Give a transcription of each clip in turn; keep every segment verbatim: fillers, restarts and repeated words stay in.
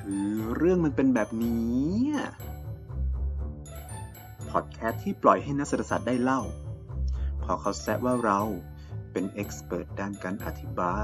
คือเรื่องมันเป็นแบบนี้พอดแคสต์ที่ปล่อยให้นักเศรษฐศาสตร์ได้เล่าพอเขาแซะว่าเราเป็นเอ็กซ์เพิร์ทด้านการอธิบาย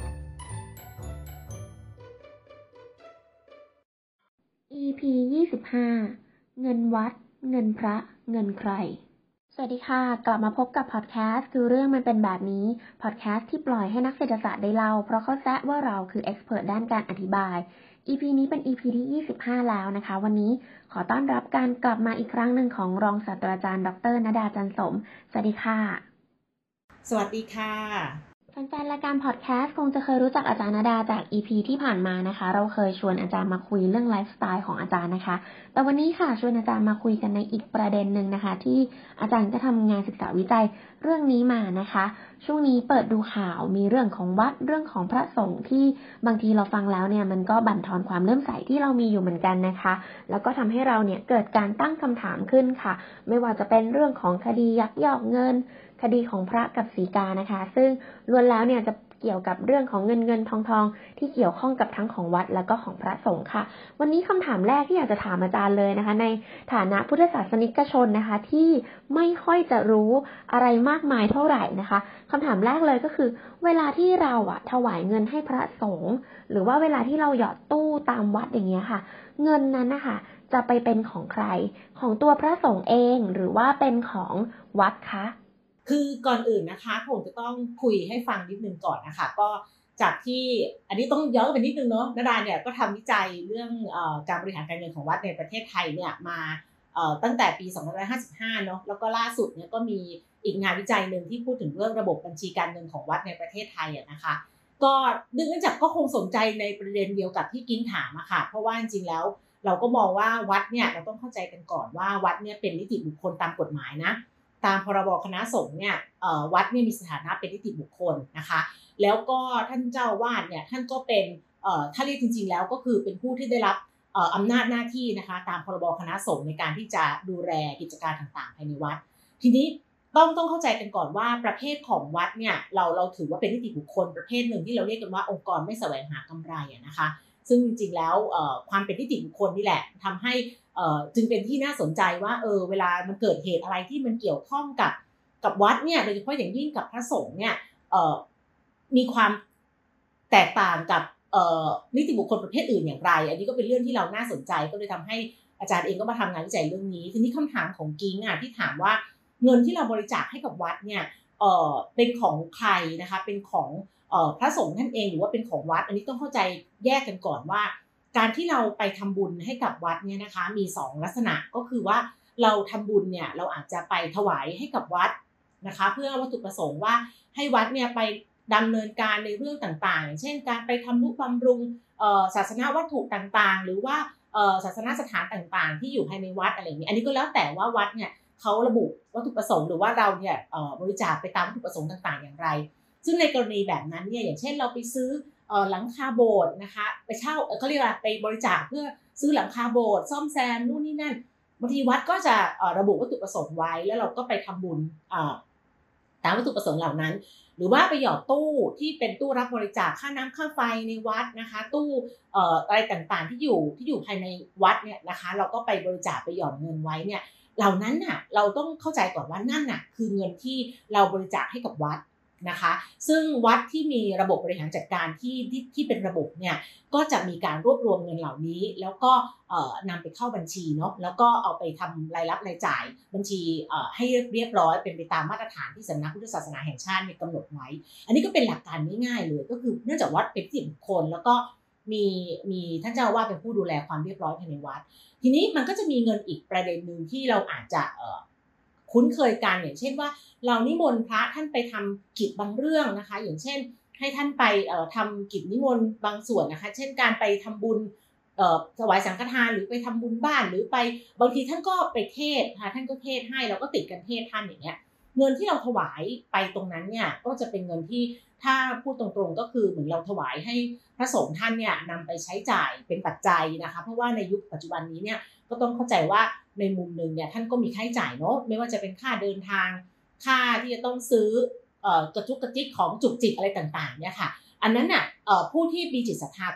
อี พี ยี่สิบห้า เงินวัดเงินพระเงินใครสวัสดีค่ะกลับมาพบกับพอดแคสต์คือเรื่องมันเป็นแบบนี้พอดแคสต์ที่ปล่อยให้นักเศรษฐศาสตร์ได้เล่าเพราะเขาแซะว่าเราคือเอ็กซ์เพิร์ทด้านการอธิบาย อี พี นี้เป็น อี พี ที่ ยี่สิบห้า แล้วนะคะวันนี้ขอต้อนรับการกลับมาอีกครั้งหนึ่งของรองศาสตราจารย์ดร.ณดา จันทร์สมสวัสดีค่ะสวัสดีค่ะแฟนๆรายการพอดแคสต์คงจะเคยรู้จักอาจารย์ณดาจาก อี พี ที่ผ่านมานะคะเราเคยชวนอาจารย์มาคุยเรื่องไลฟ์สไตล์ของอาจารย์นะคะแต่วันนี้ค่ะชวนอาจารย์มาคุยกันในอีกประเด็นหนึ่งนะคะที่อาจารย์ก็ทำงานศึกษาวิจัยเรื่องนี้มานะคะช่วงนี้เปิดดูข่าวมีเรื่องของวัดเรื่องของพระสงฆ์ที่บางทีเราฟังแล้วเนี่ยมันก็บั่นทอนความเลื่อมใสที่เรามีอยู่เหมือนกันนะคะแล้วก็ทำให้เราเนี่ยเกิดการตั้งคำถามขึ้นค่ะไม่ว่าจะเป็นเรื่องของคดียักยอกเงินคดีของพระกับศรีกานะคะซึ่งล้วนแล้วเนี่ยจะเกี่ยวกับเรื่องของเงินเงินทองทองที่เกี่ยวข้องกับทั้งของวัดแล้วก็ของพระสงฆ์ค่ะวันนี้คำถามแรกที่อยากจะถามอาจารย์เลยนะคะในฐานะพุทธศาสนิกชนนะคะที่ไม่ค่อยจะรู้อะไรมากมายเท่าไหร่นะคะคำถามแรกเลยก็คือเวลาที่เราอะถวายเงินให้พระสงฆ์หรือว่าเวลาที่เราหยอดตู้ตามวัดอย่างเงี้ยค่ะเงินนั้นนะคะจะไปเป็นของใครของตัวพระสงฆ์เองหรือว่าเป็นของวัดคะคือก่อนอื่นนะคะผมจะต้องคุยให้ฟังนิดนึงก่อนนะคะก็จากที่อันนี้ต้องย้อนไปนิดนึงเนาะณดาเนี่ยก็ทำวิจัยเรื่องเอ่อการบริหารการเงินของวัดในประเทศไทยเนี่ยมาเอ่อตั้งแต่ปีสองพันห้าร้อยห้าสิบห้าเนาะแล้วก็ล่าสุดเนี่ยก็มีอีกงานวิจัยนึงที่พูดถึงเรื่องระบบบัญชีการเงินของวัดในประเทศไทยอ่ะนะคะก็เนื่องจากก็คงสนใจในประเด็นเดียวกับที่กิ้งถามอะค่ะเพราะว่าจริงๆแล้วเราก็มองว่าวัดเนี่ยเราต้องเข้าใจกันก่อนว่าวัดเนี่ยเป็นนิติบุคคลตามกฎหมายนะตามพรบคณะสงฆ์เนี่ยวัดเนี่ยมีสถานะเป็นนิติบุคคลนะคะแล้วก็ท่านเจ้าวาดเนี่ยท่านก็เป็นถ้าเรียกจริงๆแล้วก็คือเป็นผู้ที่ได้รับอำนาจหน้าที่นะคะตามพรบคณะสงฆ์ในการที่จะดูแลกิจการต่างๆภายในวัดทีนี้ต้องต้องเข้าใจกันก่อนว่าประเภทของวัดเนี่ยเราเราถือว่าเป็นนิติบุคคลประเภทหนึ่งที่เราเรียกกันว่าองค์กรไม่แสวงหากำไรนะคะซึ่งจริงๆแล้วความเป็นนิติบุคคลนี่แหละทำให้จึงเป็นที่น่าสนใจว่าเออเวลามันเกิดเหตุอะไรที่มันเกี่ยวข้องกับกับวัดเนี่ยโดยเฉพาะอย่างยิ่งกับพระสงฆ์เนี่ยมีความแตกต่างกับนิติบุคคลประเภทอื่นอย่างไรอันนี้ก็เป็นเรื่องที่เราน่าสนใจก็เลยทำให้อาจารย์เองก็มาทำงานวิจัยเรื่องนี้ทีนี้คำถามของกิ้งอ่ะที่ถามว่าเงินที่เราบริจาคให้กับวัดเนี่ยเป็นของใครนะคะเป็นของพระสงฆ์ท่านเองหรือว่าเป็นของวัดอันนี้ต้องเข้าใจแยกกันก่อนว่าการที่เราไปทำบุญให้กับวัดเนี่ยนะคะมีสองลักษณะก็คือว่าเราทำบุญเนี่ยเราอาจจะไปถวายให้กับวัดนะคะเพื่อวัตถุประสงค์ว่าให้วัดเนี่ยไปดำเนินการในเรื่องต่างๆอย่างเช่นการไปทำนุบำรุงศาสนวัตถุต่างๆหรือว่าศาสนสถานต่างๆที่อยู่ภายในวัดอะไรอย่างนี้อันนี้ก็แล้วแต่ว่าวัดเนี่ยเขาระบุวัตถุประสงค์หรือว่าเราเนี่ยบริจาคไปตามวัตถุประสงค์ต่างๆอย่างไรซึ่งในกรณีแบบนั้นเนี่ยอย่างเช่นเราไปซื้อหลังคาโบสถ์นะคะไปเช่าเขาเรียกว่าไปบริจาคเพื่อซื้อหลังคาโบสถ์ซ่อมแซมนู่นนี่นั่นบางทีวัดก็จะระบุวัตถุประสงค์ไว้แล้วเราก็ไปทำบุญตามวัตถุประสงค์เหล่านั้นหรือว่าไปหยอดตู้ที่เป็นตู้รับบริจาคค่าน้ำค่าไฟในวัดนะคะตู้อะไรต่างๆที่อยู่ที่อยู่ภายในวัดเนี่ยนะคะเราก็ไปบริจาคไปหยอดเงินไว้เนี่ยเหล่านั้นน่ะเราต้องเข้าใจก่อนว่านั่นน่ะคือเงินที่เราบริจาคให้กับวัดนะคะซึ่งวัดที่มีระบบบริหารจัดการที่ที่ที่เป็นระบบเนี่ยก็จะมีการรวบรวมเงินเหล่านี้แล้วก็นำไปเข้าบัญชีเนาะแล้วก็เอาไปทำรายรับรายจ่ายบัญชีให้เรียบร้อยเป็นไปตามมาตรฐานที่สำนักพุทธศาสนาแห่งชาติกำหนดไว้อันนี้ก็เป็นหลักการง่ายๆเลยก็คือเนื่องจากวัดเป็นนิติบุคคลแล้วก็มีมีท่านเจ้าอาวาสเป็นผู้ดูแลความเรียบร้อยภายในวัดทีนี้มันก็จะมีเงินอีกประเด็นนึงที่เราอาจจะคุ้นเคยกันอย่างเช่นว่าเรานิมนต์พระท่านไปทำกิจบางเรื่องนะคะอย่างเช่นให้ท่านไปทำกิจนิมนต์บางส่วนนะคะเช่นการไปทำบุญถวายสังฆทานหรือไปทำบุญบ้านหรือไปบางทีท่านก็ไปเทศค่ะท่านก็เทศให้เราก็ติดกันเทศท่านอย่างเงี้ยเงินที่เราถวายไปตรงนั้นเนี่ยก็จะเป็นเงินที่ถ้าพูดตรงๆก็คือเหมือนเราถวายให้พระสงฆ์ท่านเนี่ยนำไปใช้จ่ายเป็นปัจจัยนะคะเพราะว่าในยุคปัจจุบันนี้เนี่ยก็ต้องเข้าใจว่าในมุมนึงเนี่ยท่านก็มีค่าใช้จ่ายเนาะไม่ว่าจะเป็นค่าเดินทางค่าที่จะต้องซื้อกระจุกกระจิกของจุกจิกอะไรต่างๆเนี่ยค่ะอันนั้นน่ะผู้ที่มีจิตศรัทธาก็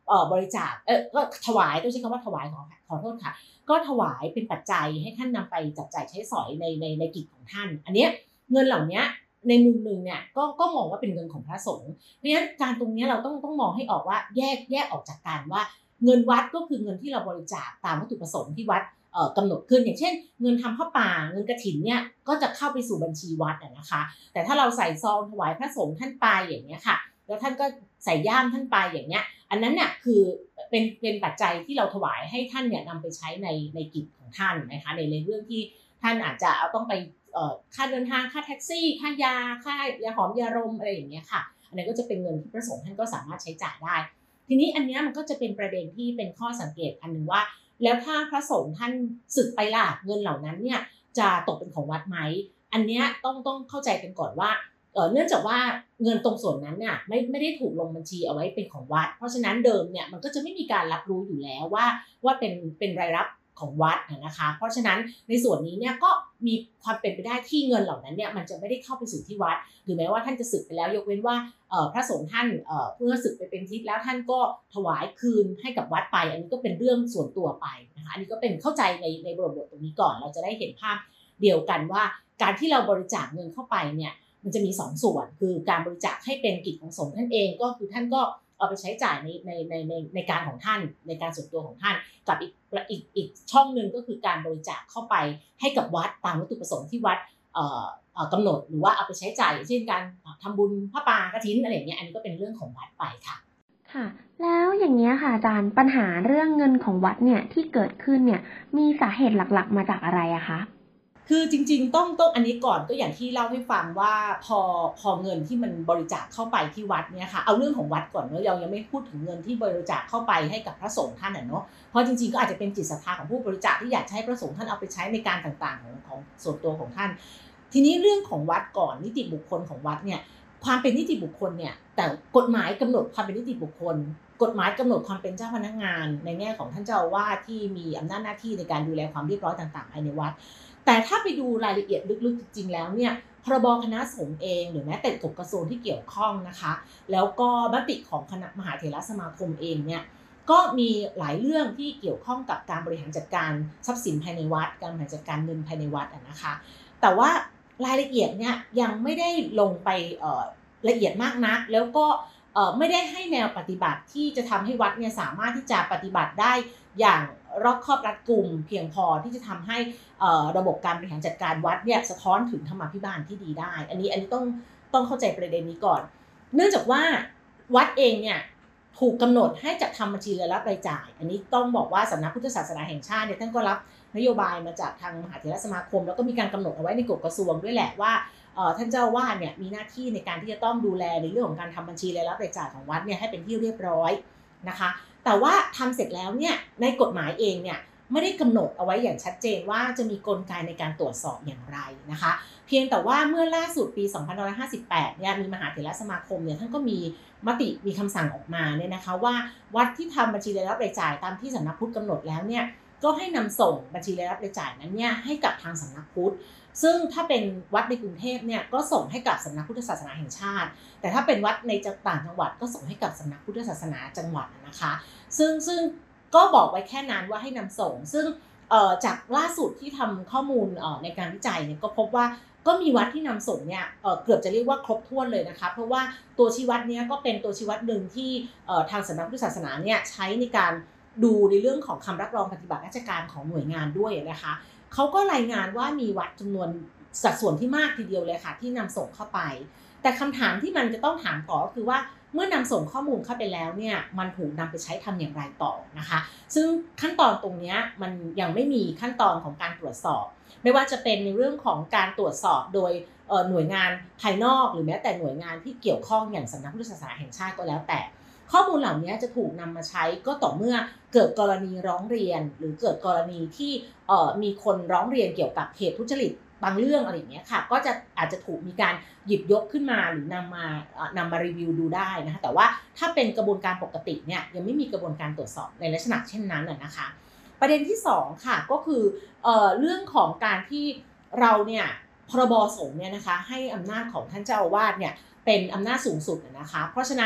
บริจาคเออก็ถวายต้องใช้คำว่าถวายขอขอโทษค่ะก็ถวายเป็นปัจจัยให้ท่านนำไปจับจ่ายใช้สอยในในในกิจของท่านอันเนี้ยเงินเหล่านี้ในมุมหนึ่งเนี่ยก็ก็มองว่าเป็นเงินของพระสงฆ์เพราะฉะนั้นการตรงนี้เราต้องต้องมองให้ออกว่าแยกแยกออกจากกันว่าเงินวัดก็คือเงินที่เราบริจาคตามวัตถุประสงค์ที่วัดกำหนดขึ้นอย่างเช่นเงินทำผ้าป่าเงินกฐินเนี่ยก็จะเข้าไปสู่บัญชีวัดนะคะแต่ถ้าเราใส่ซองถวายพระสงฆ์ท่านไปอย่างเงี้ยค่ะแล้วท่านก็ใส่ย่ามท่านไปอย่างเงี้ยอันนั้นเนี่ยคือเป็นเป็นปัจจัยที่เราถวายให้ท่านเนี่ยนำไปใช้ในในกิจของท่านนะคะในในเรื่องที่ท่านอาจจะเอาต้องไปค่าเดินทางค่าแท็กซี่ค่ายาค่ายาหอมยาดมอะไรอย่างเงี้ยค่ะอันนี้ก็จะเป็นเงินที่พระสงฆ์ท่านก็สามารถใช้จ่ายได้ทีนี้อันนี้มันก็จะเป็นประเด็นที่เป็นข้อสังเกตอันนึงว่าแล้วถ้าพระสงฆ์ท่านสึกไปล่ะเงินเหล่านั้นเนี่ยจะตกเป็นของวัดไหมอันนี้ต้องต้องเข้าใจกันก่อนว่าเอ่อเนื่องจากว่าเงินตรงส่วนนั้นเนี่ยไม่ไม่ได้ถูกลงบัญชีเอาไว้เป็นของวัดเพราะฉะนั้นเดิมเนี่ยมันก็จะไม่มีการรับรู้อยู่แล้วว่าว่าเป็นเป็นรายรับของวัดนะคะเพราะฉะนั้นในส่วนนี้เนี่ยก็มีความเป็นไปได้ที่เงินเหล่านั้นเนี่ยมันจะไม่ได้เข้าไปสู่ที่วัดหรือแม้ว่าท่านจะสึกไปแล้วยกเว้นว่าพระสงฆ์ท่านเมื่อสึกไปเป็นทิศแล้วท่านก็ถวายคืนให้กับวัดไปอันนี้ก็เป็นเรื่องส่วนตัวไปนะคะอันนี้ก็เป็นเข้าใจในในบริบทตรงนี้ก่อนเราจะได้เห็นภาพเดียวกันว่าการที่เราบริจาคเงินเข้าไปเนี่ยมันจะมีสองส่วนคือการบริจาคให้เป็นกิจของสงฆ์ท่านเองก็คือท่านก็เอาไปใช้จ่ายในในในในในการของท่านในการส่วนตัวของท่านกับอีกอีกอีกช่องนึงก็คือการบริจาคเข้าไปให้กับวัดตามวัตถุประสงค์ที่วัดเอ่อกำหนดหรือว่าเอาไปใช้จ่ายเช่นการทำบุญพระป่ากฐินอะไรอย่างเงี้ยอันนี้ก็เป็นเรื่องของวัดไปค่ะค่ะแล้วอย่างนี้ค่ะอาจารย์ปัญหาเรื่องเงินของวัดเนี่ยที่เกิดขึ้นเนี่ยมีสาเหตุหลักๆมาจากอะไรอะคะคือจริงๆต้องต้องอันนี้ก่อนก็อย่างที่เล่าให้ฟังว่าพอพอเงินที่มันบริจาคเข้าไปที่วัดเนี่ยค่ะเอาเรื่องของวัดก่อนเนาะเรายังไม่พูดถึงเงินที่บริจาคเข้าไปให้กับพระสงฆ์ท่านน่ะเนาะเพราะจริงๆก็อาจจะเป็นจิตศรัทธาของผู้บริจาคที่อยากให้พระสงฆ์ท่านเอาไปใช้ในการต่างๆของของส่วนตัวของท่านทีนี้เรื่องของวัดก่อนนิติบุคคลของวัดเนี่ยความเป็นนิติบุคคลเนี่ยแต่กฎหมายกำหนดความเป็นนิติบุคคลกฎหมายกำหนดความเป็นเจ้าพนักงานในแง่ของท่านเจ้าอาวาสที่มีอำนาจหน้าที่ในการดูแลความเรียบร้อยต่างๆภายในวัดแต่ถ้าไปดูรายละเอียดลึกๆจริงๆแล้วเนี่ยพรบคณะสงฆ์เองหรือแม้แต่กฎกระทรวงที่เกี่ยวข้องนะคะแล้วก็มติของคณะมหาเถรสมาคมเองเนี่ยก็มีหลายเรื่องที่เกี่ยวข้องกับการบริหารจัดการทรัพย์สินภายในวัดการบริหารจัดการเงินภายในวัดนะคะแต่ว่ารายละเอียดเนี่ยยังไม่ได้ลงไปละเอียดมากนักแล้วก็ไม่ได้ให้แนวปฏิบัติที่จะทำให้วัดเนี่ยสามารถที่จะปฏิบัติได้อย่างรอบคอบรัดกุมเพียงพอที่จะทำให้ระบบการบริหารจัดการวัดเนี่ยสะท้อนถึงธรรมาภิบาลที่ดีได้อันนี้อันนี้ต้องต้องเข้าใจประเด็นนี้ก่อนเนื่องจากว่าวัดเองเนี่ยถูกกำหนดให้จัดทำบัญชีรายรับรายจ่ายอันนี้ต้องบอกว่าสำนักพุทธศาสนาแห่งชาติเนี่ยท่านก็รับนโยบายมาจากทางมหาเถรสมาคมแล้วก็มีการกำหนดเอาไว้ในกฎกระทรวงด้วยแหละว่าท่านเจ้าวาดเนี่ยมีหน้าที่ในการที่จะต้องดูแลในเรื่องของการทำบัญชีรายรับรายจ่ายของวัดเนี่ยให้เป็นที่เรียบร้อยนะคะแต่ว่าทำเสร็จแล้วเนี่ยในกฎหมายเองเนี่ยไม่ได้กำหนดเอาไว้อย่างชัดเจนว่าจะมีกลไกในการตรวจสอบอย่างไรนะคะเพียงแต่ว่าเมื่อล่าสุดปีสองพันห้าร้อยห้าสิบแปดเนี่ยมีมหาเถรสมาคมเนี่ยท่านก็มีมติมีคำสั่งออกมาเนี่ยนะคะว่าวัดที่ทำบัญชีรายรับรายจ่ายตามที่สำนักพุทธกำหนดแล้วเนี่ยก็ให้นำส่งบัญชีรายรับรายจ่ายนั้นเนี่ยให้กับทางสำนักพุทธซึ่งถ้าเป็นวัดในกรุงเทพเนี่ยก็ส่งให้กับสำนักพุทธศาสนาแห่งชาติแต่ถ้าเป็นวัดในต่างจังหวัดก็ส่งให้กับสำนักพุทธศาสนาจังหวัดนะคะซึ่งซึ่งก็บอกไว้แค่นั้นว่าให้นำส่งซึ่งจากล่าสุดที่ทำข้อมูลในการวิจัยเนี่ยก็พบว่าก็มีวัดที่นำส่งเนี่ยเกือบจะเรียกว่าครบถ้วนเลยนะคะเพราะว่าตัวชี้วัดเนี่ยก็เป็นตัวชี้วัดหนึ่งที่ทางสำนักพุทธศาสนาเนี่ยใช้ในการดูในเรื่องของคำรับรองปฏิบัติราชการของหน่วยงานด้วยนะคะเขาก็รายงานว่ามีวัดจำนวนสัดส่วนที่มากทีเดียวเลยค่ะที่นำส่งเข้าไปแต่คำถามที่มันจะต้องถามต่อก็คือว่าเมื่อนำส่งข้อมูลเข้าไปแล้วเนี่ยมันถูกนำไปใช้ทำอย่างไรต่อนะคะซึ่งขั้นตอนตรงนี้มันยังไม่มีขั้นตอนของการตรวจสอบไม่ว่าจะเป็นในเรื่องของการตรวจสอบโดยหน่วยงานภายนอกหรือแม้แต่หน่วยงานที่เกี่ยวข้องอย่างสำนักพุทธศาสนาแห่งชาติก็แล้วแต่ข้อมูลเหล่านี้จะถูกนำมาใช้ก็ต่อเมื่อเกิดกรณีร้องเรียนหรือเกิดกรณีที่มีคนร้องเรียนเกี่ยวกับเหตุทุจริตบางเรื่องอะไรอย่างเงี้ยค่ะก็จะอาจจะถูกมีการหยิบยกขึ้นมาหรือนำมานำมารีวิวดูได้นะคะแต่ว่าถ้าเป็นกระบวนการปกติเนี่ยยังไม่มีกระบวนการตรวจสอบในลักษณะเช่นนั้นนะคะประเด็นที่สองค่ะก็คือเอ่อเรื่องของการที่เราเนี่ยพรบสงฆ์เนี่ยนะคะให้อำนาจของท่านเจ้าอาวาสเนี่ยเป็นอำนาจสูงสุดนะคะเพราะฉะนั้น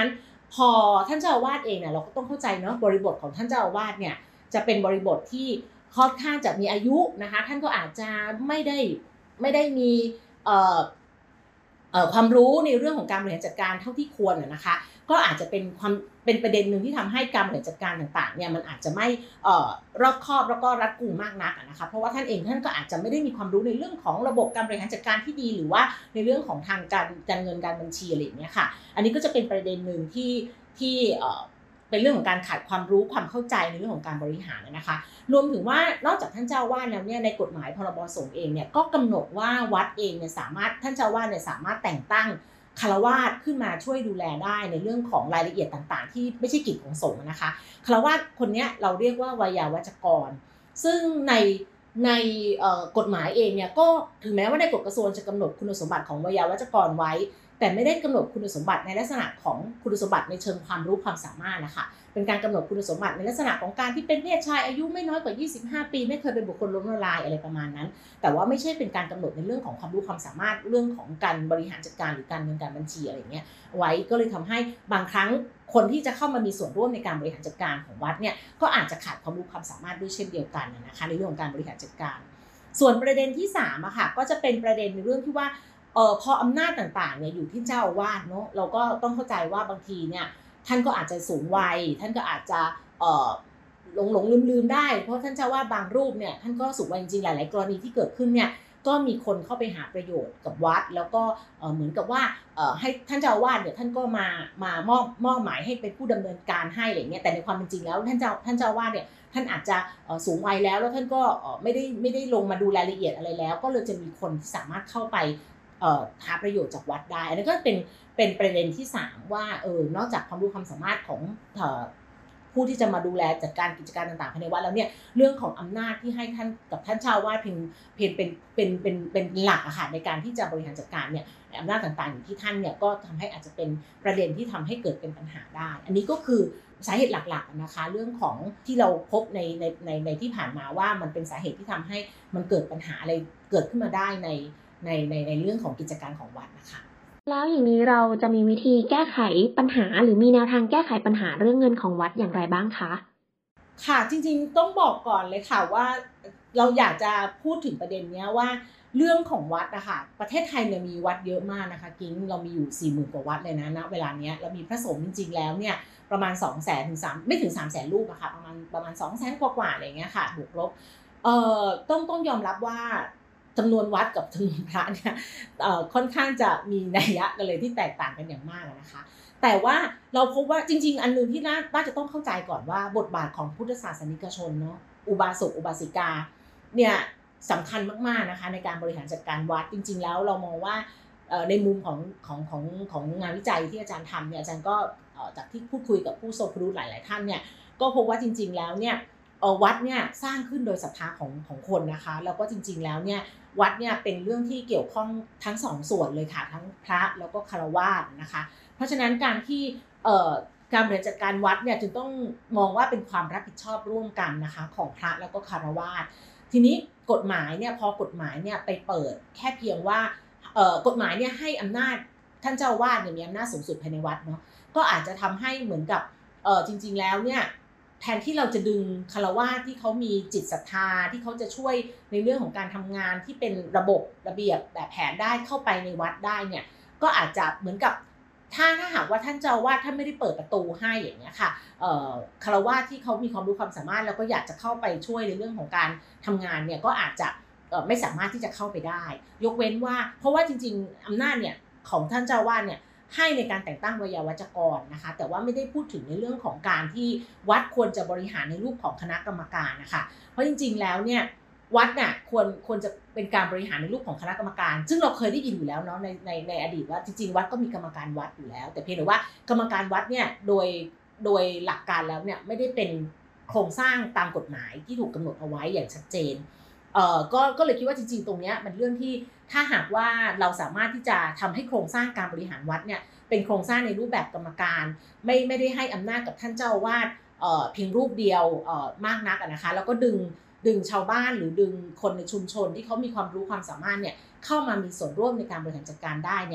พอท่านเจ้าอาวาสเองเนี่ยเราก็ต้องเข้าใจเนาะบริบทของท่านเจ้าอาวาสเนี่ยจะเป็นบริบทที่ค่อนข้างจะมีอายุนะคะท่านก็อาจจะไม่ได้ไม่ได้มีเอ่อเอ่อความรู้ในเรื่องของการบริหารจัดการเท่าที่ควรนะคะก็อาจจะเป็นความเป็นประเด็นหนึ่งที่ทำให้การบริหารจัดการต่างๆเนี่ยมันอาจจะไม่เอ่อรอบคอบแล้วก็รัดกุมมากนักนะคะเพราะว่าท่านเองท่านก็อาจจะไม่ได้มีความรู้ในเรื่องของระบบการบริหารจัดการที่ดีหรือว่าในเรื่องของทางการการเงินการบัญชีอะไรอย่างเงี้ยค่ะอันนี้ก็จะเป็นประเด็นหนึ่งที่ที่เอ่อเป็นเรื่องของการขาดความรู้ความเข้าใจในเรื่องของการบริหารนะคะรวมถึงว่านอกจากท่านเจ้าอาวาสแล้วเนี่ยในกฎหมายพรบสงฆ์เองเนี่ยก็กำหนดว่าวัดเองเนี่ยสามารถท่านเจ้าอาวาสเนี่ยสามารถแต่งตั้งฆราวาสขึ้นมาช่วยดูแลได้ในเรื่องของรายละเอียดต่างๆที่ไม่ใช่กิจของสงฆ์นะคะฆราวาสคนนี้เราเรียกว่าไวยาวัจกรซึ่งในในกฎหมายเองเนี่ยก็ถึงแม้ว่าในกฎกระทรวงจะกำหนดคุณสมบัติของไวยาวัจกรไว้แต่ไม่ได้กำหนดคุณสมบัติในลักษณะของคุณสมบัติในเชิงความรู้ความสามารถนะคะเป็นการกำหนดคุณสมบัติในลักษณะของการที่เป็นเพศชายอายุไม่น้อยกว่ายี่สิบห้าปีไม่เคยเป็นบุคคลล้มละลายอะไรประมาณนั้นแต่ว่าไม่ใช่เป็นการกำหนดในเรื่องของความรู้ความสามารถเรื่องของการบริหารจัดการหรือการเงินการบัญชีอะไรเงี้ยไว้ก็เลยทำให้บางครั้งคนที่จะเข้ามามีส่วนร่วมในการบริหารจัดการของวัดเนี่ยก็อาจจะขาดความรู้ความสามารถด้วยเช่นเดียวกันนะคะในเรื่องของการบริหารจัดการส่วนประเด็นที่สามอะค่ะก็จะเป็นประเด็นในเรื่องที่ว่าเอ่อพออำนาจต่างๆเนี่ยอยู่ที่เจ้าอาวาสเนาะเราก็ต้องเข้าใจว่าบางทีเนี่ยท่านก็อาจจะสูงวัยท่านก็อาจจะเอ่อหลงหลงลืมลืมได้เพราะท่านเจ้าอาวาสบางรูปเนี่ยท่านก็สูงวัยจริงๆหลายๆกรณีที่เกิดขึ้นเนี่ยก็มีคนเข้าไปหาประโยชน์กับวัดแล้วก็เหมือนกับว่าให้ท่านเจ้าอาวาสเนี่ยท่านก็มามามอบมอบหมายให้เป็นผู้ดำเนินการให้อะไรเงี้ยแต่ในความเป็นจริงแล้วท่านเจ้าท่านเจ้าอาวาสเนี่ยท่านอาจจะสูงวัยแล้วแล้วท่านก็ไม่ได้ไม่ได้ลงมาดูรายละเอียดอะไรแล้วก็เลยจะมีคนที่สามารถเข้าไปหาประโยชน์จากวัดได้อันนี้ก็เป็นเป็นประเด็นที่สามว่าเออนอกจากความรู้ความสามารถของผู้ที่จะมาดูแลจัดการกิจการต่างๆภายในวัดแล้วเนี่ยเรื่องของอำนาจที่ให้ท่านกับท่านเจ้าอาวาสเพียงเพียงเป็นเป็นเป็นเป็นหลักอะค่ะในการที่จะบริหารจัดการเนี่ยอำนาจต่างๆอยู่ที่ท่านเนี่ยก็ทำให้อาจจะเป็นประเด็นที่ทำให้เกิดเป็นปัญหาได้อันนี้ก็คือสาเหตุหลักๆนะคะเรื่องของที่เราพบในในในในที่ผ่านมาว่ามันเป็นสาเหตุที่ทำให้มันเกิดปัญหาอะไรเกิดขึ้นมาได้ในในในในเรื่องของกิจการของวัดนะคะแล้วอย่างนี้เราจะมีวิธีแก้ไขปัญหาหรือมีแนวทางแก้ไขปัญหาเรื่องเงินของวัดอย่างไรบ้างคะค่ะจริงๆต้องบอกก่อนเลยค่ะว่าเราอยากจะพูดถึงประเด็นนี้ว่าเรื่องของวัดนะคะประเทศไทยเนี่ยมีวัดเยอะมากนะคะกิ๊งเรามีอยู่ สี่หมื่น กว่าวัดเลยนะณเวลาเนี้ยเรามีพระสงฆ์จริงๆแล้วเนี่ยประมาณ สองแสน ถึง3ไม่ถึง สามแสน รูปอะค่ะประมาณประมาณ สองแสน กว่าๆอะไรอย่างเงี้ยค่ะบวกลบเอ่อต้องต้องยอมรับว่าจำนวนวัดกับจำนวนพระเนี่ยค่อนข้างจะมีนัยยะกันเลยที่แตกต่างกันอย่างมากนะคะแต่ว่าเราพบว่าจริงๆอันนึงที่น่าน่าจะต้องเข้าใจก่อนว่าบทบาทของพุทธศาสนิกชนเนาะอุบาสกอุบาสิกาเนี่ยสำคัญมากๆนะคะในการบริหารจัดการวัดจริงๆแล้วเรามองว่าในมุมของของของของงานวิจัยที่อาจารย์ทำเนี่ยอาจารย์ก็จากที่พูดคุยกับผู้ทรงคุณวุฒิหลายๆท่านเนี่ยก็พบว่าจริงๆแล้วเนี่ยวัดเนี่ยสร้างขึ้นโดยศรัทธาของของคนนะคะแล้วก็จริงๆแล้วเนี่ยวัดเนี่ยเป็นเรื่องที่เกี่ยวข้องทั้งสองส่วนเลยค่ะทั้งพระแล้วก็ฆราวาสนะคะเพราะฉะนั้นการที่การบริหารจัดการวัดเนี่ยจึงต้องมองว่าเป็นความรับผิดชอบร่วมกันนะคะของพระแล้วก็ฆราวาสทีนี้กฎหมายเนี่ยพอกฎหมายเนี่ยไปเปิดแค่เพียงว่ากฎหมายเนี่ยให้อำนาจท่านเจ้าอาวาสเนี่ยมีอำนาจสูงสุดภายในวัดเนาะก็อาจจะทำให้เหมือนกับจริงๆแล้วเนี่ยแทนที่เราจะดึงฆราวาสที่เขามีจิตศรัทธาที่เขาจะช่วยในเรื่องของการทำงานที่เป็นระบบระเบียบแบบแผนได้เข้าไปในวัดได้เนี่ยก็อาจจะเหมือนกับถ้าถ้าหากว่าท่านเจ้าอาวาสท่านไม่ได้เปิดประตูให้อย่างเงี้ยค่ะฆราวาสที่เขามีความรู้ความสามารถแล้วก็อยากจะเข้าไปช่วยในเรื่องของการทำงานเนี่ยก็อาจจะไม่สามารถที่จะเข้าไปได้ยกเว้นว่าเพราะว่าจริงๆอำนาจเนี่ยของท่านเจ้าอาวาสเนี่ยให้ในการแต่งตั้งไวยาวัจกรนะคะแต่ว่าไม่ได้พูดถึงในเรื่องของการที่วัดควรจะบริหารในรูปของคณะกรรมการนะคะเพราะจริงๆแล้วเนี่ยวัดน่ะควรควรจะเป็นการบริหารในรูปของคณะกรรมการซึ่งเราเคยได้ยินอยู่แล้วเนาะในในในอดีตว่าจริงๆวัดก็มีกรรมการวัดอยู่แล้วแต่เพียงแต่ว่ากรรมการวัดเนี่ยโดยโดยหลักการแล้วเนี่ยไม่ได้เป็นโครงสร้างตามกฎหมายที่ถูกกำหนดเอาไว้อย่างชัดเจนเอ่อก็ก็เลยคิดว่าจริงๆตรงนี้มันเรื่องที่ถ้าหากว่าเราสามารถที่จะทำให้โครงสร้างการบริหารวัดเนี่ยเป็นโครงสร้างในรูปแบบกรรมการไม่ไม่ได้ให้อำนาจกับท่านเจ้าอาวาสเอ่อเพียงรูปเดียวเอ่อมากนักนะคะแล้วก็ดึงดึงชาวบ้านหรือดึงคนในชุมชนที่เขามีความรู้ความสามารถเนี่ยเข้ามามีส่วนร่วมในการบริหารจัดการได้เนี่ย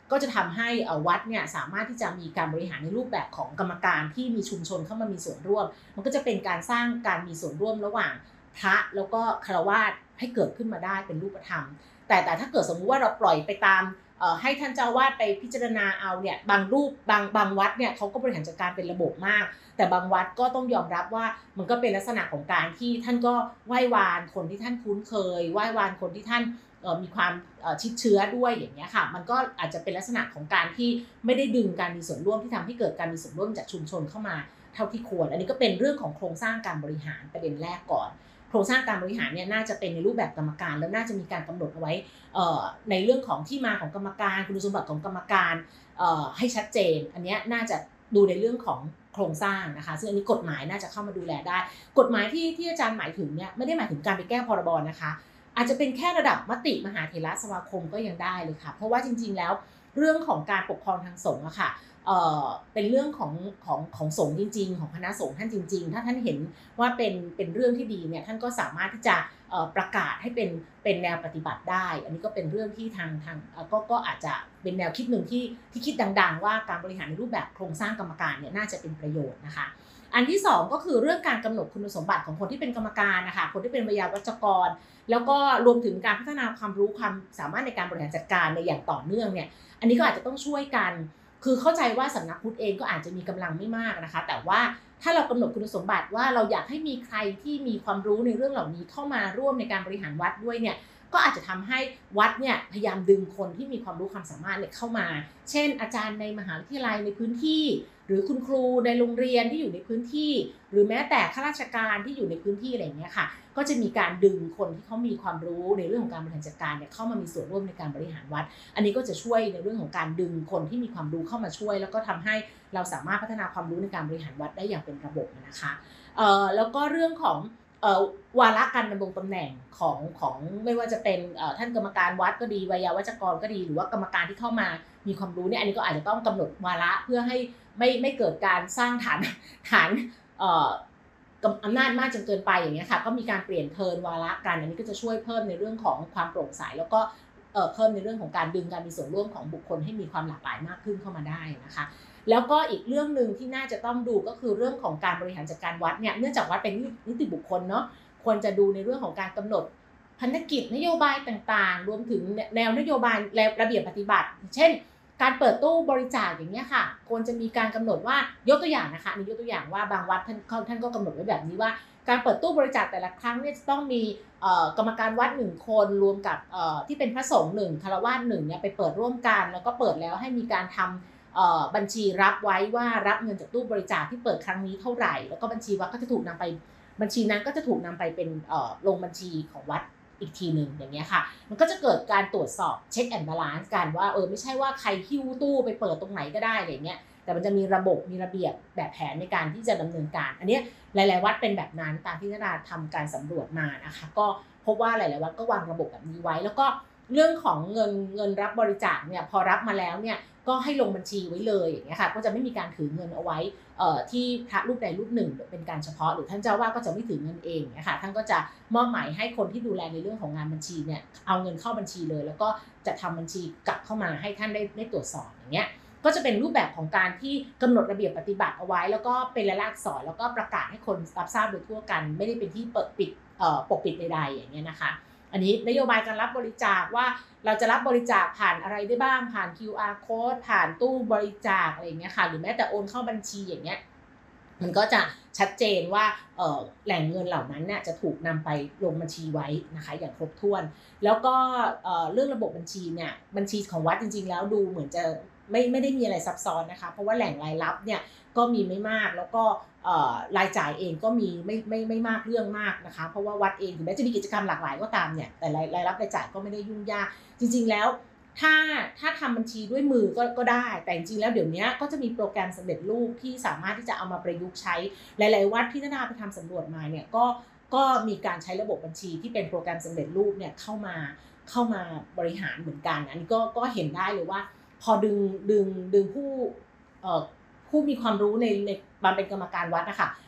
ก็จะทำให้วัดเนี่ยสามารถที่จะมีการบริหารในรูปแบบของกรรมการที่มีชุมชนเข้ามามีส่วนร่วมมันก็จะเป็นการสร้างการมีส่วนร่วมระหว่างพระแล้วก็ฆราวาสให้เกิดขึ้นมาได้เป็นรูปธรรมแต่แต่ถ้าเกิดสมมุติว่าเราปล่อยไปตามให้ท่านเจ้าวาดไปพิจารณาเอาเนี่ยบางรูปบางบางวัดเนี่ยเขาก็บริหารจัดการเป็นระบบมากแต่บางวัดก็ต้องยอมรับว่ามันก็เป็นลักษณะของการที่ท่านก็ไหว้วานคนที่ท่านคุ้นเคยไหว้วานคนที่ท่านมีความชิดเชื้อด้วยอย่างเงี้ยค่ะมันก็อาจจะเป็นลักษณะของการที่ไม่ได้ดึงการมีส่วนร่วมที่ทำให้เกิดการมีส่วนร่วมจากชุมชนเข้ามาเท่าที่ควรอันนี้ก็เป็นเรื่องของโครงสร้างการบริหารประเด็นแรกก่อนโครงสร้างการบริหารเนี่ยน่าจะเป็นในรูปแบบกรรมการแล้วน่าจะมีการกำหนดเอาไว้ในเรื่องของที่มาของกรรมการคุณสมบัติของกรรมการให้ชัดเจนอันนี้น่าจะดูในเรื่องของโครงสร้างนะคะซึ่งอันนี้กฎหมายน่าจะเข้ามาดูแลได้กฎหมายที่ที่อาจารย์หมายถึงเนี่ยไม่ได้หมายถึงการไปแก้พรบนะคะอาจจะเป็นแค่ระดับมติมหาเถรสมาคมก็ยังได้เลยค่ะเพราะว่าจริงๆแล้วเรื่องของการปกครองทางสงฆ์อะค่ะเอ่อเป็นเรื่องของของของสงฆ์จริงๆของคณะสงฆ์ท่านจริงๆถ้าท่านเห็นว่าเป็นเป็นเรื่องที่ดีเนี่ยท่านก็สามารถที่จะเอ่อประกาศให้เป็นเป็นแนวปฏิบัติได้อันนี้ก็เป็นเรื่องที่ทางทางก็ก็อาจจะเป็นแนวคิดหนึ่งที่ที่คิดดังๆว่าการบริหารในรูปแบบโครงสร้างกรรมการเนี่ยน่าจะเป็นประโยชน์นะคะอันที่สองก็คือเรื่องการกำหนดคุณสมบัติของคนที่เป็นกรรมการนะคะคนที่เป็นวิทยาวัจกรแล้วก็รวมถึงการพัฒนาความรู้ความสามารถในการบริหารจัดการในอย่างต่อเนื่องเนี่ยอันนี้ก็อาจจะต้องช่วยกันคือเข้าใจว่าสำนักพุทธเองก็อาจจะมีกำลังไม่มากนะคะแต่ว่าถ้าเรากำหนดคุณสมบัติว่าเราอยากให้มีใครที่มีความรู้ในเรื่องเหล่านี้เข้ามาร่วมในการบริหารวัดด้วยเนี่ยก็อาจจะทำให้วัดเนี่ยพยายามดึงคนที่มีความรู้ความสามารถเนี่ยเข้ามาเช่นอาจารย์ในมหาวิทยาลัยในพื้นที่หรือคุณครูในโรงเรียนที่อยู่ในพื้นที่หรือแม้แต่ข้าราชการที่อยู่ในพื้นที่อะไรอย่างเงี้ยค่ะก็จะมีการดึงคนที่เขามีความรู้ในเรื่องของการบริหารจัดการเนี่ยเข้ามามีส่วนร่วมในการบริหารวัดอันนี้ก็จะช่วยในเรื่องของการดึงคนที่มีความรู้เข้ามาช่วยแล้วก็ทำให้เราสามารถพัฒนาความรู้ในการบริหารวัดได้อย่างเป็นระบบนะคะเอ่อแล้วก็เรื่องของเอ่อวาระการดำรงตำแหน่งของของไม่ว่าจะเป็นเอ่อท่านกรรมการวัดก็ดีวิทยาวัจกรก็ดีหรือว่ากรรมการที่เข้ามามีความรู้เนี่ยอันนี้ก็อาจจะต้องกำหนดวาระเพื่อให้ไม่ไม่เกิดการสร้างฐานฐานเอ่ออำนาจมากจนเกินไปอย่างเงี้ยค่ะก็มีการเปลี่ยนเทิร์นวาระกันอันนี้ก็จะช่วยเพิ่มในเรื่องของความโปร่งใสแล้วก็เอ่อเพิ่มในเรื่องของการดึงการมีส่วนร่วมของบุคคลให้มีความหลากหลายมากขึ้นเข้ามาได้นะคะแล้วก็อีกเรื่องนึงที่น่าจะต้องดูก็คือเรื่องของการบริหารจัดการวัดเนี่ยเนื่องจากวัดเป็นนิติบุคคลเนาะควรจะดูในเรื่องของการกำหนดพันธกิจนโยบายต่างๆรวมถึงแนวนโยบายและระเบียบปฏิบัติเช่นการเปิดตู้บริจาคอย่างเงี้ยค่ะควรจะมีการกำหนดว่ายกตัวอย่างนะคะนี่ยกตัวอย่างว่าบางวัดท่านท่านก็กำหนดไว้แบบนี้ว่าการเปิดตู้บริจาคแต่ละครั้งเนี่ยจะต้องมีกรรมการวัดหนึ่งคนรวมกับที่เป็นพระสงฆ์หนึ่งฆราวาสหนึ่งเนี่ยไปเปิดร่วมกันแล้วก็เปิดแล้วให้มีการทำบัญชีรับไว้ว่ารับเงินจากตู้บริจาคที่เปิดครั้งนี้เท่าไหร่แล้วก็บัญชีวัดก็จะถูกนำไปบัญชีนั้นก็จะถูกนำไปเป็นลงบัญชีของวัดอีกทีหนึ่งอย่างเงี้ยค่ะมันก็จะเกิดการตรวจสอบเช็คแอนด์บาลานซ์กันว่าเออไม่ใช่ว่าใครหิ้วตู้ไปเปิดตรงไหนก็ได้อะไรเงี้ยแต่มันจะมีระบบมีระเบียบแบบแผนในการที่จะดำเนินการอันนี้หลายๆวัดเป็นแบบนั้นตามที่นาราทำการสำรวจมานะคะก็พบว่าหลายๆวัดก็วางระบบแบบนี้ไว้แล้วก็เรื่องของเงินเงินรับบริจาคเนี่ยพอรับมาแล้วเนี่ยก็ให้ลงบัญชีไว้เลยอย่างเงี้ยค่ะก็จะไม่มีการถือเงินเอาไว้เอ่อที่พระรูปใดรูปหนึ่งเป็นการเฉพาะหรือท่านเจ้าว่าก็จะไม่ถือเงินเองนะคะท่านก็จะมอบหมายให้คนที่ดูแลในเรื่องของงานบัญชีเนี่ยเอาเงินเข้าบัญชีเลยแล้วก็จะทำบัญชีกลับเข้ามาให้ท่านได้ได้ตรวจสอบอย่างเงี้ยก็จะเป็นรูปแบบของการที่กำหนดระเบียบปฏิบัติเอาไว้แล้วก็เป็นลายลักษณ์อักษรแล้วก็ประกาศให้คนรับทราบโดยทั่วกันไม่ได้เป็นที่เปิดปิดเอ่อปกปิดใดๆอย่างเงี้ยนะคะอันนี้นโยบายการรับบริจาคว่าเราจะรับบริจาคผ่านอะไรได้บ้างผ่าน คิว อาร์ code ผ่านตู้บริจาคอะไรอย่างเงี้ยค่ะหรือแม้แต่โอนเข้าบัญชีอย่างเงี้ยมันก็จะชัดเจนว่าเอ่อแหล่งเงินเหล่านั้นเนี่ยจะถูกนำไปลงบัญชีไว้นะคะอย่างครบถ้วนแล้วก็เอ่อเรื่องระบบบัญชีเนี่ยบัญชีของวัดจริงๆแล้วดูเหมือนจะไม่ไม่ได้มีอะไรซับซ้อนนะคะเพราะว่าแหล่งรายรับเนี่ยก็มีไม่มากแล้วก็รายจ่ายเองก็มีไม่ไม่ไม่มากเรื่องมากนะคะเพราะว่าวัดเองถึงแม้จะมีกิจกรรมหลากหลายก็ตามเนี่ยแต่รายรายรับรายจ่ายก็ไม่ได้ยุ่งยากจริงๆแล้วถ้าถ้าทำบัญชีด้วยมือก็ก็ได้แต่จริงๆแล้วเดี๋ยวนี้ก็จะมีโปรแกรมสำเร็จรูปที่สามารถที่จะเอามาประยุกต์ใช้หลายๆวัดที่นาราไปทำสำรวจมาเนี่ยก็ก็มีการใช้ระบบบัญชีที่เป็นโปรแกรมสำเร็จรูปเนี่ยเข้ามาเข้ามาบริหารเหมือนกันอันนี้ก็ก็เห็นได้เลยว่าพอดึงดึงดึงผู้เอ่อผู้มีความรู้ในในมาเป็นกรรมการวัดนะคะ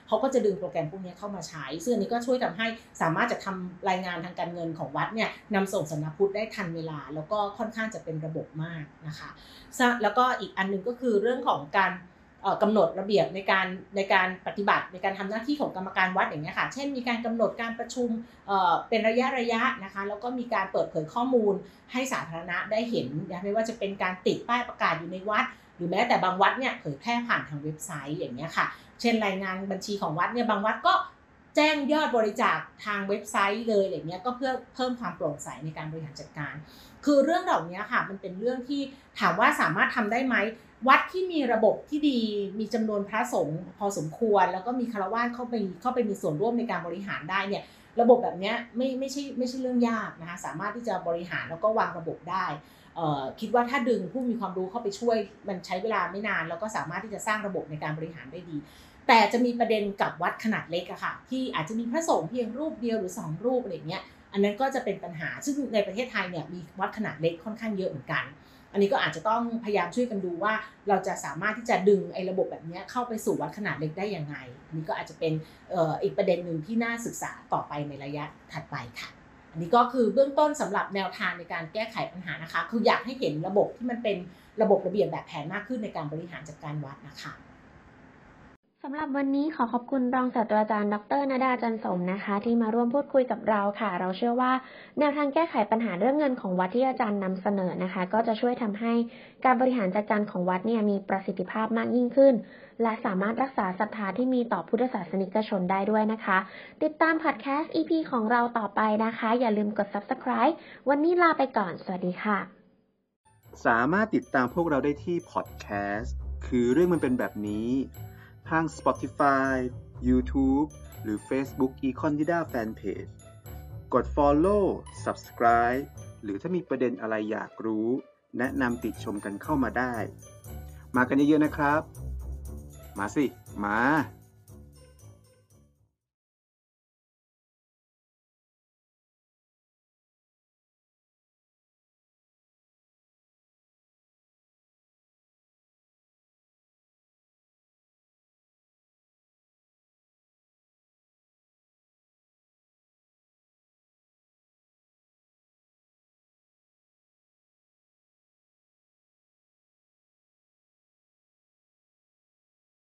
เขาก็จะดึงโปรแกรมพวกนี้เข้ามาใช้ซึ่งอันนี้ก็ช่วยทำให้สามารถจะทำรายงานทางการเงินของวัดเนี่ยนำส่งสำนักพุทธได้ทันเวลาแล้วก็ค่อนข้างจะเป็นระบบมากนะคะแล้วก็อีกอันนึงก็คือเรื่องของการกำหนดระเบียบในการในการปฏิบัติในการทำหน้าที่ของกรรมการวัดอย่างนี้ค่ะเช่นมีการกำหนดการประชุมเป็นระยะระยะนะคะแล้วก็มีการเปิดเผยข้อมูลให้สาธารณะได้เห็นนะไม่ว่าจะเป็นการติดป้ายประกาศอยู่ในวัดหรือแม้แต่บางวัดเนี่ยเผยแพร่ผ่านทางเว็บไซต์อย่างนี้ค่ะเช่นรายงานบัญชีของวัดเนี่ยบางวัดก็แจ้งยอดบริจาคทางเว็บไซต์เลยอย่างเงี้ยก็เพื่อเพิ่มความโปร่งใสในการบริหารจัดการคือเรื่องเหล่านี้ค่ะมันเป็นเรื่องที่ถามว่าสามารถทำได้ไหมวัดที่มีระบบที่ดีมีจำนวนพระสงฆ์พอสมควรแล้วก็มีคฤหัสถ์เข้าไปเข้าไปมีส่วนร่วมในการบริหารได้เนี่ยระบบแบบนี้ไม่ไม่ใช่ไม่ใช่เรื่องยากนะคะสามารถที่จะบริหารแล้วก็วางระบบได้คิดว่าถ้าดึงผู้มีความรู้เข้าไปช่วยมันใช้เวลาไม่นานแล้วก็สามารถที่จะสร้างระบบในการบริหารได้ดีแต่จะมีประเด็นกับวัดขนาดเล็กอะค่ะที่อาจจะมีพระสงฆ์เพียงรูปเดียวหรือสองรูปอะไรเงี้ยอันนั้นก็จะเป็นปัญหาซึ่งในประเทศไทยเนี่ยมีวัดขนาดเล็กค่อนข้างเยอะเหมือนกันอันนี้ก็อาจจะต้องพยายามช่วยกันดูว่าเราจะสามารถที่จะดึงไอ้ระบบแบบนี้เข้าไปสู่วัดขนาดเล็กได้ยังไงอันนี้ก็อาจจะเป็นเอ่ออีกประเด็นหนึ่งที่น่าศึกษาต่อไปในระยะถัดไปค่ะอันนี้ก็คือเบื้องต้นสำหรับแนวทางในการแก้ไขปัญหานะคะคืออยากให้เห็นระบบที่มันเป็นระบบระเบียบแบบแผนมากขึ้นในการบริหารจัดการวัดนะคะสำหรับวันนี้ขอขอบคุณรองศาสตราจารย์ดร.ณดา จันสมนะคะที่มาร่วมพูดคุยกับเราค่ะเราเชื่อว่าแนวทางแก้ไขปัญหาเรื่องเงินของวัดที่อาจารย์นำเสนอนะคะก็จะช่วยทำให้การบริหารจัดการของวัดเนี่ยมีประสิทธิภาพมากยิ่งขึ้นและสามารถรักษาศรัทธาที่มีต่อพุทธศาสนิกชนได้ด้วยนะคะติดตามพอดแคสต์ อี พี ของเราต่อไปนะคะอย่าลืมกด ซับสไครบ์ วันนี้ลาไปก่อนสวัสดีค่ะสามารถติดตามพวกเราได้ที่พอดแคสต์คือเรื่องมันเป็นแบบนี้ทาง Spotify, YouTube หรือ Facebook Econdida Fanpage กด Follow, Subscribe หรือถ้ามีประเด็นอะไรอยากรู้แนะนำติชมกันเข้ามาได้มากันเยอะๆนะครับมาสิมา